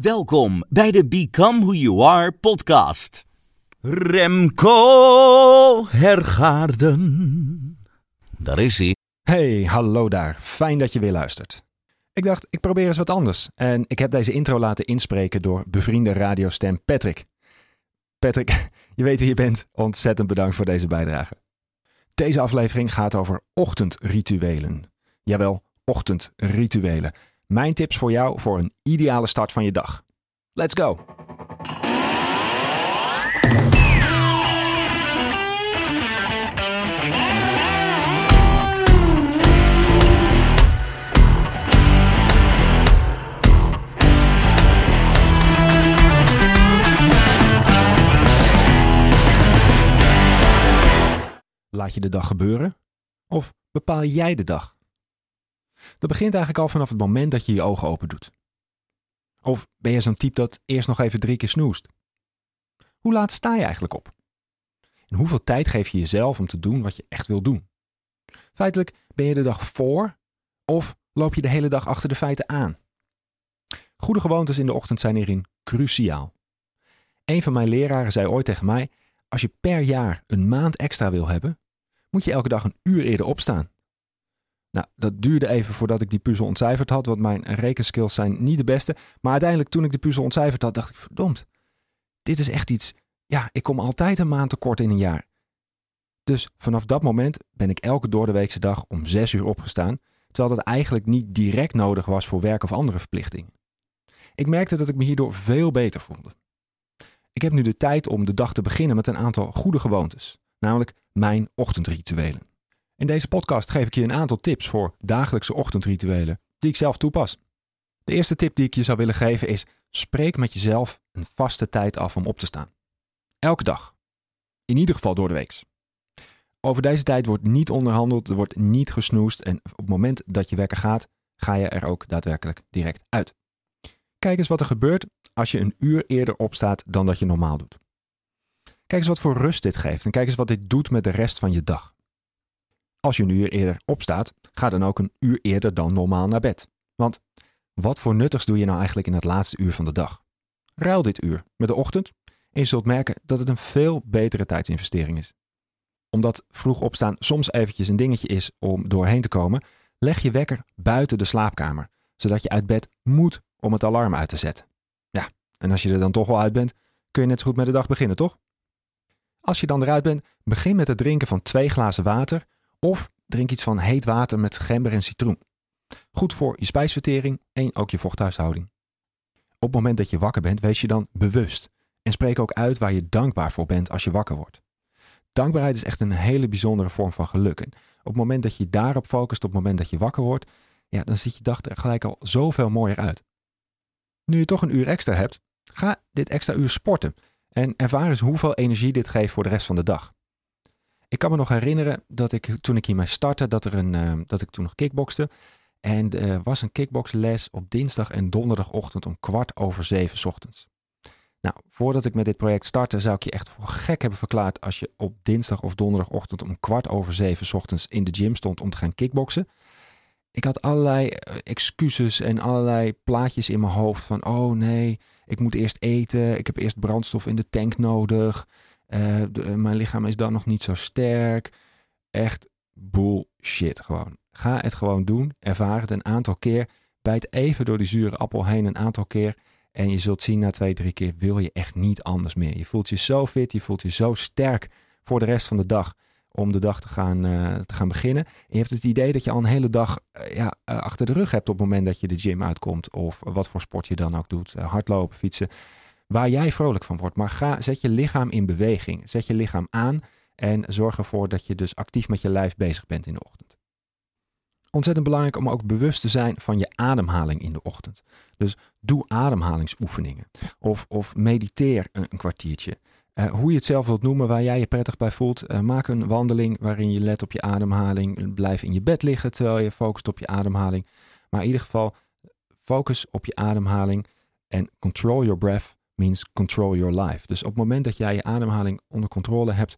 Welkom bij de Become Who You Are podcast. Remco Hergaarden. Daar is hij. Hey, hallo daar. Fijn dat je weer luistert. Ik dacht, ik probeer eens wat anders. En ik heb deze intro laten inspreken door bevriende radiostem Patrick. Patrick, je weet wie je bent. Ontzettend bedankt voor deze bijdrage. Deze aflevering gaat over ochtendrituelen. Jawel, ochtendrituelen. Mijn tips voor jou voor een ideale start van je dag. Let's go! Laat je de dag gebeuren? Of bepaal jij de dag? Dat begint eigenlijk al vanaf het moment dat je je ogen open doet. Of ben je zo'n type dat eerst nog even 3 keer snoest? Hoe laat sta je eigenlijk op? En hoeveel tijd geef je jezelf om te doen wat je echt wil doen? Feitelijk, ben je de dag voor of loop je de hele dag achter de feiten aan? Goede gewoontes in de ochtend zijn hierin cruciaal. Een van mijn leraren zei ooit tegen mij: als je per jaar een maand extra wil hebben, moet je elke dag een uur eerder opstaan. Nou, dat duurde even voordat ik die puzzel ontcijferd had, want mijn rekenskills zijn niet de beste. Maar uiteindelijk toen ik de puzzel ontcijferd had, dacht ik, verdomd, dit is echt iets, ik kom altijd een maand tekort in een jaar. Dus vanaf dat moment ben ik elke doordeweekse dag om 6 uur opgestaan, terwijl dat eigenlijk niet direct nodig was voor werk of andere verplichtingen. Ik merkte dat ik me hierdoor veel beter voelde. Ik heb nu de tijd om de dag te beginnen met een aantal goede gewoontes, namelijk mijn ochtendrituelen. In deze podcast geef ik je een aantal tips voor dagelijkse ochtendrituelen die ik zelf toepas. De eerste tip die ik je zou willen geven is: spreek met jezelf een vaste tijd af om op te staan. Elke dag. In ieder geval door de week. Over deze tijd wordt niet onderhandeld, er wordt niet gesnoest en op het moment dat je wekker gaat, ga je er ook daadwerkelijk direct uit. Kijk eens wat er gebeurt als je een uur eerder opstaat dan dat je normaal doet. Kijk eens wat voor rust dit geeft en kijk eens wat dit doet met de rest van je dag. Als je een uur eerder opstaat, ga dan ook een uur eerder dan normaal naar bed. Want wat voor nuttigs doe je nou eigenlijk in het laatste uur van de dag? Ruil dit uur met de ochtend en je zult merken dat het een veel betere tijdsinvestering is. Omdat vroeg opstaan soms eventjes een dingetje is om doorheen te komen, leg je wekker buiten de slaapkamer, zodat je uit bed moet om het alarm uit te zetten. Ja, en als je er dan toch wel uit bent, kun je net zo goed met de dag beginnen, toch? Als je dan eruit bent, begin met het drinken van 2 glazen water of drink iets van heet water met gember en citroen. Goed voor je spijsvertering en ook je vochthuishouding. Op het moment dat je wakker bent, wees je dan bewust en spreek ook uit waar je dankbaar voor bent als je wakker wordt. Dankbaarheid is echt een hele bijzondere vorm van geluk. En op het moment dat je daarop focust, op het moment dat je wakker wordt, dan ziet je dag er gelijk al zoveel mooier uit. Nu je toch een uur extra hebt, ga dit extra uur sporten en ervaar eens hoeveel energie dit geeft voor de rest van de dag. Ik kan me nog herinneren dat toen ik hiermee startte, dat ik toen nog kickbokste. En er was een kickboxles op dinsdag en donderdagochtend om 6:15 ochtends. Nou, voordat ik met dit project startte, zou ik je echt voor gek hebben verklaard als je op dinsdag of donderdagochtend om 6:15 ochtends in de gym stond om te gaan kickboksen. Ik had allerlei excuses en allerlei plaatjes in mijn hoofd van, oh nee, ik moet eerst eten, ik heb eerst brandstof in de tank nodig. Mijn lichaam is dan nog niet zo sterk. Echt bullshit gewoon. Ga het gewoon doen. Ervaar het een aantal keer. Bijt even door die zure appel heen een aantal keer. En je zult zien na 2-3 keer wil je echt niet anders meer. Je voelt je zo fit. Je voelt je zo sterk voor de rest van de dag. Om de dag te gaan beginnen. En je hebt het idee dat je al een hele dag achter de rug hebt op het moment dat je de gym uitkomt. Of wat voor sport je dan ook doet. Hardlopen, fietsen. Waar jij vrolijk van wordt. Maar zet je lichaam in beweging. Zet je lichaam aan en zorg ervoor dat je dus actief met je lijf bezig bent in de ochtend. Ontzettend belangrijk om ook bewust te zijn van je ademhaling in de ochtend. Dus doe ademhalingsoefeningen. Of mediteer een kwartiertje. Hoe je het zelf wilt noemen, waar jij je prettig bij voelt. Maak een wandeling waarin je let op je ademhaling. Blijf in je bed liggen terwijl je focust op je ademhaling. Maar in ieder geval focus op je ademhaling. En control your breath means control your life. Dus op het moment dat jij je ademhaling onder controle hebt,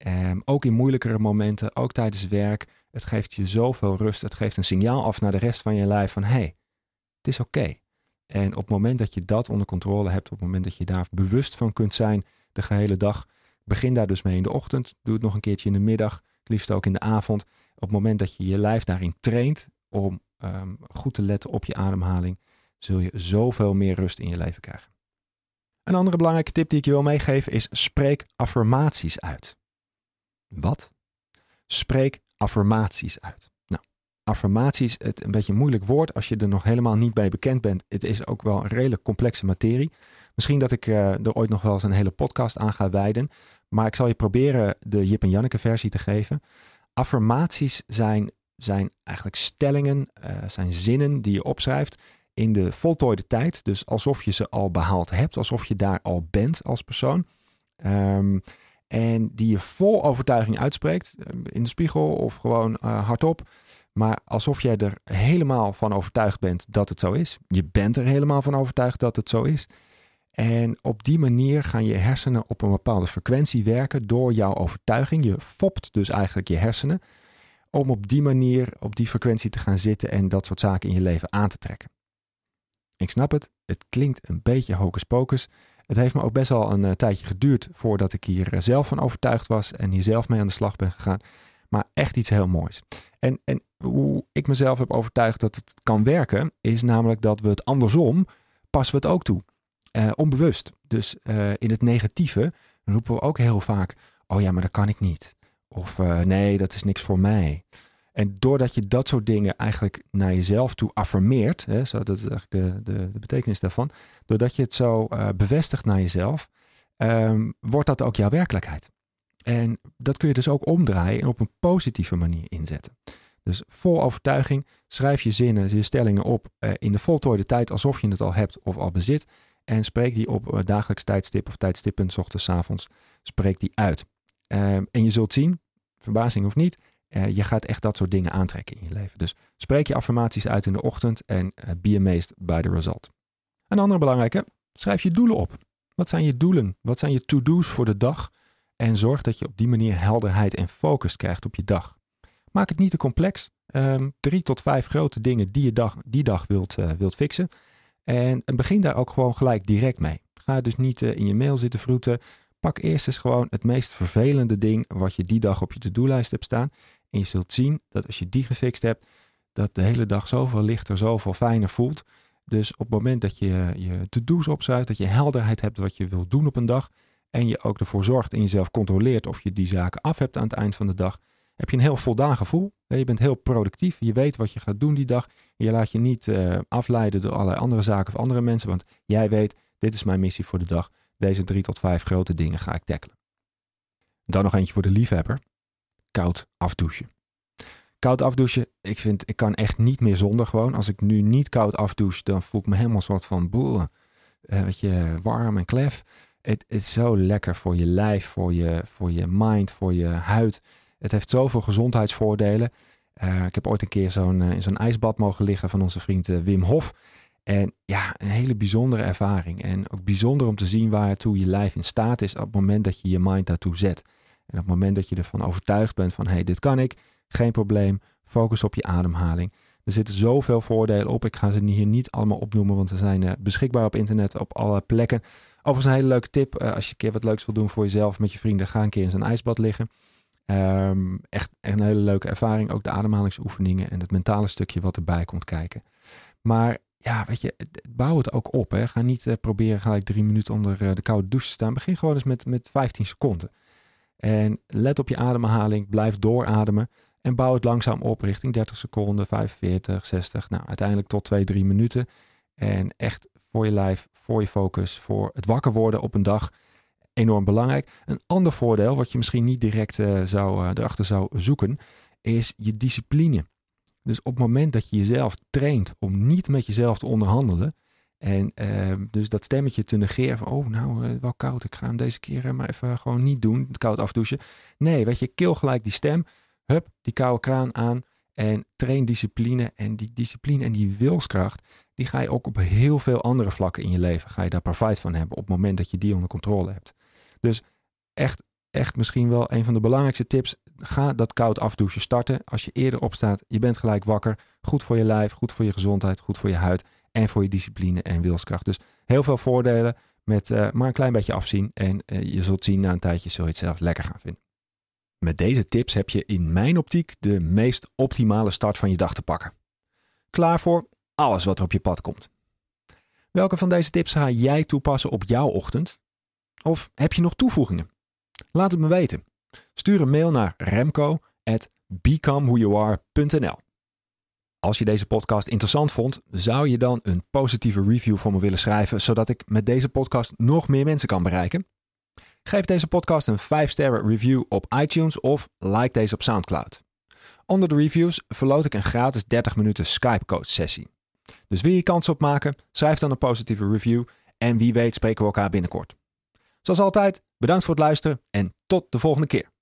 ook in moeilijkere momenten, ook tijdens werk, het geeft je zoveel rust. Het geeft een signaal af naar de rest van je lijf van hey, het is oké. En op het moment dat je dat onder controle hebt, op het moment dat je daar bewust van kunt zijn de gehele dag, begin daar dus mee in de ochtend. Doe het nog een keertje in de middag, het liefst ook in de avond. Op het moment dat je je lijf daarin traint om goed te letten op je ademhaling, zul je zoveel meer rust in je leven krijgen. Een andere belangrijke tip die ik je wil meegeven is: spreek affirmaties uit. Wat? Spreek affirmaties uit. Nou, affirmaties, het een beetje een moeilijk woord als je er nog helemaal niet bij bekend bent. Het is ook wel een redelijk complexe materie. Misschien dat ik er ooit nog wel eens een hele podcast aan ga wijden. Maar ik zal je proberen de Jip en Janneke versie te geven. Affirmaties zijn eigenlijk stellingen, zijn zinnen die je opschrijft in de voltooide tijd. Dus alsof je ze al behaald hebt, alsof je daar al bent als persoon. En die je vol overtuiging uitspreekt, in de spiegel of gewoon hardop. Maar alsof jij er helemaal van overtuigd bent dat het zo is. Je bent er helemaal van overtuigd dat het zo is. En op die manier gaan je hersenen op een bepaalde frequentie werken door jouw overtuiging. Je fopt dus eigenlijk je hersenen om op die manier, op die frequentie te gaan zitten en dat soort zaken in je leven aan te trekken. Ik snap het, het klinkt een beetje hocus pocus. Het heeft me ook best wel een tijdje geduurd voordat ik hier zelf van overtuigd was en hier zelf mee aan de slag ben gegaan. Maar echt iets heel moois. En hoe ik mezelf heb overtuigd dat het kan werken, is namelijk dat we het andersom passen we het ook toe. Onbewust. Dus in het negatieve roepen we ook heel vaak: oh ja, maar dat kan ik niet. Of nee, dat is niks voor mij. En doordat je dat soort dingen eigenlijk naar jezelf toe affirmeert, dat is eigenlijk de betekenis daarvan. Doordat je het zo bevestigt naar jezelf, wordt dat ook jouw werkelijkheid. En dat kun je dus ook omdraaien en op een positieve manier inzetten. Dus vol overtuiging, schrijf je zinnen, je stellingen op in de voltooide tijd alsof je het al hebt of al bezit. En spreek die op dagelijks tijdstip of tijdstippen, 's ochtends, 's avonds, spreek die uit. En je zult zien, verbazing of niet, je gaat echt dat soort dingen aantrekken in je leven. Dus spreek je affirmaties uit in de ochtend en be amazed by the result. Een andere belangrijke, schrijf je doelen op. Wat zijn je doelen? Wat zijn je to-do's voor de dag? En zorg dat je op die manier helderheid en focus krijgt op je dag. Maak het niet te complex. 3 tot 5 grote dingen die je die dag wilt fixen. En begin daar ook gewoon gelijk direct mee. Ga dus niet in je mail zitten vroeten. Pak eerst eens gewoon het meest vervelende ding wat je die dag op je to-do-lijst hebt staan. En je zult zien dat als je die gefixt hebt, dat de hele dag zoveel lichter, zoveel fijner voelt. Dus op het moment dat je je to-do's opschrijft, dat je helderheid hebt wat je wilt doen op een dag. En je ook ervoor zorgt en jezelf controleert of je die zaken af hebt aan het eind van de dag. Heb je een heel voldaan gevoel. Je bent heel productief. Je weet wat je gaat doen die dag. Je laat je niet afleiden door allerlei andere zaken of andere mensen. Want jij weet, dit is mijn missie voor de dag. Deze 3 tot 5 grote dingen ga ik tackelen. Dan nog eentje voor de liefhebber. Koud afdouchen. Koud afdouchen, ik kan echt niet meer zonder gewoon. Als ik nu niet koud afdouche, dan voel ik me helemaal soort van warm en klef. Het is zo lekker voor je lijf, voor je mind, voor je huid. Het heeft zoveel gezondheidsvoordelen. Ik heb ooit een keer in zo'n ijsbad mogen liggen van onze vriend Wim Hof. En ja, een hele bijzondere ervaring. En ook bijzonder om te zien waartoe je lijf in staat is op het moment dat je je mind daartoe zet. En op het moment dat je ervan overtuigd bent van hey, dit kan ik, geen probleem, focus op je ademhaling. Er zitten zoveel voordelen op. Ik ga ze hier niet allemaal opnoemen, want ze zijn beschikbaar op internet op alle plekken. Overigens een hele leuke tip, als je een keer wat leuks wil doen voor jezelf met je vrienden, ga een keer in zo'n ijsbad liggen. Echt een hele leuke ervaring. Ook de ademhalingsoefeningen en het mentale stukje wat erbij komt kijken. Maar ja, weet je, bouw het ook op. Hè. Ga niet proberen gelijk 3 minuten onder de koude douche te staan. Begin gewoon eens met 15 seconden. En let op je ademhaling. Blijf doorademen. En bouw het langzaam op richting 30 seconden, 45, 60. Nou, uiteindelijk tot 2-3 minuten. En echt voor je lijf, voor je focus, voor het wakker worden op een dag. Enorm belangrijk. Een ander voordeel, wat je misschien niet direct erachter zou zoeken, is je discipline. Dus op het moment dat je jezelf traint om niet met jezelf te onderhandelen. En dus dat stemmetje te negeren van, wel koud, ik ga hem deze keer maar even gewoon niet doen, het koud afdouchen. Nee, weet je, kill gelijk die stem, hup, die koude kraan aan en train discipline. En die discipline en die wilskracht, die ga je ook op heel veel andere vlakken in je leven, ga je daar profijt van hebben op het moment dat je die onder controle hebt. Dus echt misschien wel een van de belangrijkste tips. Ga dat koud afdouchen starten. Als je eerder opstaat, je bent gelijk wakker. Goed voor je lijf, goed voor je gezondheid, goed voor je huid. en voor je discipline en wilskracht. Dus heel veel voordelen met maar een klein beetje afzien. En je zult zien na een tijdje zul je het zelf lekker gaan vinden. Met deze tips heb je in mijn optiek de meest optimale start van je dag te pakken. Klaar voor alles wat er op je pad komt. Welke van deze tips ga jij toepassen op jouw ochtend? Of heb je nog toevoegingen? Laat het me weten. Stuur een mail naar remco@becomewhoyouare.nl. Als je deze podcast interessant vond, zou je dan een positieve review voor me willen schrijven, zodat ik met deze podcast nog meer mensen kan bereiken? Geef deze podcast een 5-sterren review op iTunes of like deze op SoundCloud. Onder de reviews verloot ik een gratis 30 minuten Skype coach sessie. Dus wil je kans op maken? Schrijf dan een positieve review en wie weet spreken we elkaar binnenkort. Zoals altijd, bedankt voor het luisteren en tot de volgende keer.